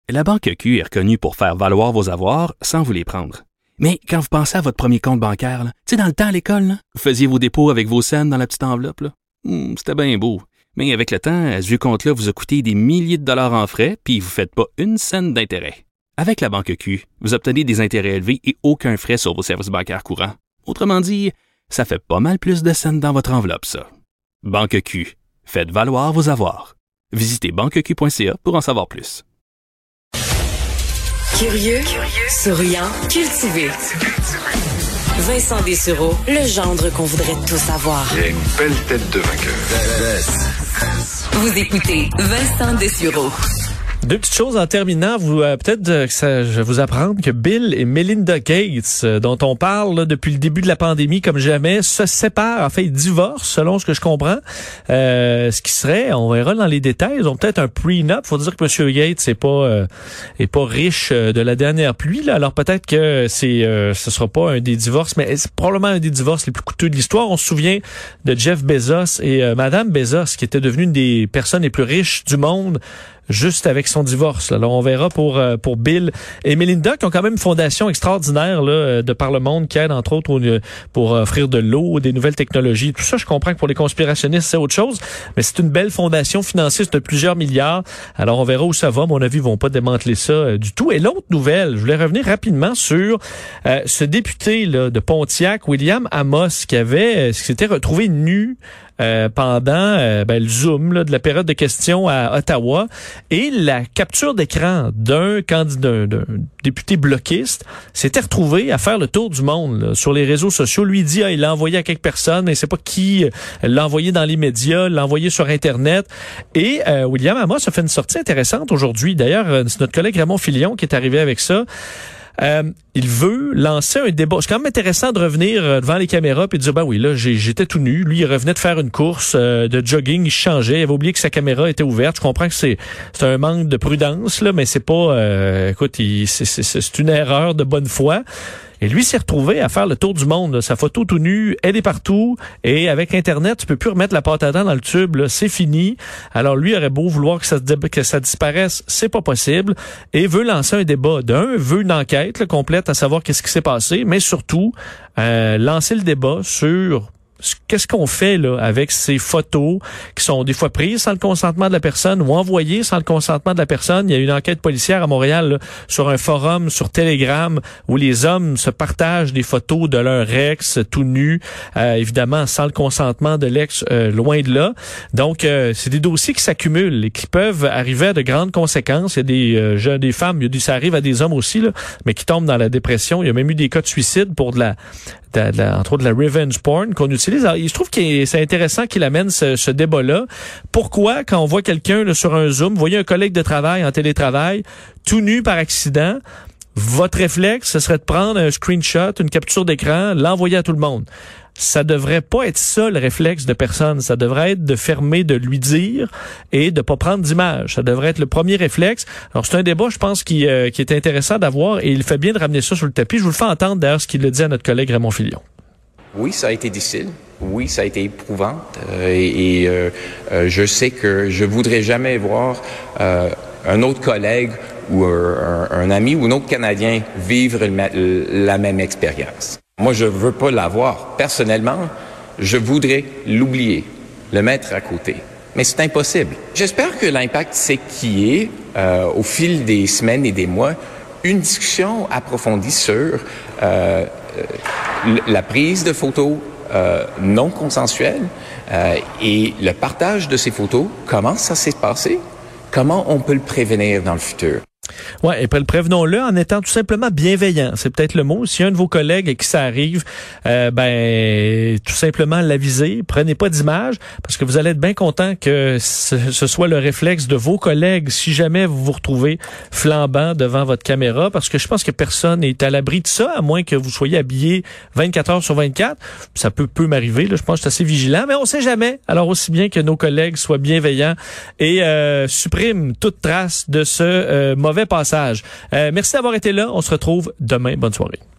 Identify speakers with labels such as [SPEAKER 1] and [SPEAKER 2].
[SPEAKER 1] La Banque Q est reconnue pour faire valoir vos avoirs sans vous les prendre. Mais quand vous pensez à votre premier compte bancaire, tu sais, dans le temps à l'école, là, vous faisiez vos dépôts avec vos scènes dans la petite enveloppe. Là. C'était bien beau. Mais avec le temps, ce vieux compte-là vous a coûté des milliers de dollars en frais, puis vous ne faites pas une scène d'intérêt. Avec la Banque Q, vous obtenez des intérêts élevés et aucun frais sur vos services bancaires courants. Autrement dit, ça fait pas mal plus de scènes dans votre enveloppe, ça. Banque Q. Faites valoir vos avoirs. Visitez banqueq.ca pour en savoir plus.
[SPEAKER 2] Curieux, souriant, cultivé. Vincent Dessureau, le gendre qu'on voudrait tous savoir.
[SPEAKER 3] Il a une belle tête de vainqueur.
[SPEAKER 2] Vous écoutez Vincent Dessureau.
[SPEAKER 4] Deux petites choses en terminant. Peut-être que je vais vous apprendre que Bill et Melinda Gates, dont on parle là, depuis le début de la pandémie comme jamais, se séparent. En fait, ils divorcent, selon ce que je comprends. Ce qui serait, on verra dans les détails, ils ont peut-être un prenup. Faut dire que M. Gates est pas riche de la dernière pluie. Là. Alors peut-être que ce sera pas un des divorces, mais c'est probablement un des divorces les plus coûteux de l'histoire. On se souvient de Jeff Bezos et Madame Bezos, qui était devenue une des personnes les plus riches du monde, juste avec son divorce. Là. Alors, on verra pour Bill et Melinda, qui ont quand même une fondation extraordinaire là, de par le monde, qui aide, entre autres, pour offrir de l'eau, des nouvelles technologies. Tout ça, je comprends que pour les conspirationnistes, c'est autre chose, mais c'est une belle fondation financière de plusieurs milliards. Alors, on verra où ça va. À mon avis, ils vont pas démanteler ça du tout. Et l'autre nouvelle, je voulais revenir rapidement sur ce député là, de Pontiac, William Amos, qui s'était retrouvé nu pendant le Zoom là, de la période de questions à Ottawa, et la capture d'écran d'un député bloquiste s'était retrouvé à faire le tour du monde là, sur les réseaux sociaux. Lui dit il l'a envoyé à quelques personnes, mais c'est pas qui l'a envoyé dans les médias, l'a envoyé sur Internet. Et William Amos a fait une sortie intéressante aujourd'hui. D'ailleurs, c'est notre collègue Raymond Filion qui est arrivé avec ça. Il veut lancer un débat. C'est quand même intéressant de revenir devant les caméras et de dire, ben oui, là, j'étais tout nu. Lui, il revenait de faire une course de jogging, il changeait. Il avait oublié que sa caméra était ouverte. Je comprends que c'est un manque de prudence, là, mais c'est pas, écoute, c'est une erreur de bonne foi. Et lui s'est retrouvé à faire le tour du monde. Là. Sa photo tout nue, elle est partout. Et avec Internet, tu peux plus remettre la pâte à dents dans le tube. Là. C'est fini. Alors lui aurait beau vouloir que ça disparaisse, c'est pas possible. Et veut lancer un débat. Veut une enquête là, complète à savoir qu'est-ce qui s'est passé. Mais surtout, lancer le débat sur qu'est-ce qu'on fait là avec ces photos qui sont des fois prises sans le consentement de la personne ou envoyées sans le consentement de la personne. Il y a une enquête policière à Montréal là, sur un forum sur Telegram où les hommes se partagent des photos de leur ex tout nu, évidemment sans le consentement de l'ex, loin de là. Donc c'est des dossiers qui s'accumulent et qui peuvent arriver à de grandes conséquences. Il y a des jeunes, des femmes, ça arrive à des hommes aussi là, mais qui tombent dans la dépression. Il y a même eu des cas de suicide pour entre autres de la revenge porn qu'on utilise. Alors, je trouve que c'est intéressant qu'il amène ce débat-là. Pourquoi, quand on voit quelqu'un là, sur un Zoom, vous voyez un collègue de travail en télétravail, tout nu par accident, votre réflexe, ce serait de prendre un screenshot, une capture d'écran, l'envoyer à tout le monde. Ça devrait pas être ça le réflexe de personne. Ça devrait être de fermer, de lui dire et de pas prendre d'image. Ça devrait être le premier réflexe. Alors c'est un débat, je pense, qui est intéressant d'avoir et il fait bien de ramener ça sur le tapis. Je vous le fais entendre d'ailleurs ce qu'il le dit à notre collègue Raymond Filion.
[SPEAKER 5] Oui, ça a été difficile. Oui, ça a été éprouvant. Je sais que je voudrais jamais voir un autre collègue ou un ami ou un autre Canadien vivre la même expérience. Moi, je veux pas l'avoir. Personnellement, je voudrais l'oublier, le mettre à côté. Mais c'est impossible. J'espère que l'impact, c'est qu'il y ait, au fil des semaines et des mois, une discussion approfondie sur la prise de photos non consensuelles et le partage de ces photos. Comment ça s'est passé? Comment on peut le prévenir dans le futur?
[SPEAKER 4] Ouais, et puis prévenons-le en étant tout simplement bienveillant. C'est peut-être le mot. Si un de vos collègues à qui ça arrive, tout simplement l'aviser. Prenez pas d'image parce que vous allez être bien content que ce soit le réflexe de vos collègues si jamais vous vous retrouvez flambant devant votre caméra, parce que je pense que personne n'est à l'abri de ça, à moins que vous soyez habillé 24 heures sur 24. Ça peut m'arriver, là. Je pense que je suis assez vigilant, mais on sait jamais. Alors aussi bien que nos collègues soient bienveillants et suppriment toute trace de ce mauvais passage. Merci d'avoir été là. On se retrouve demain. Bonne soirée.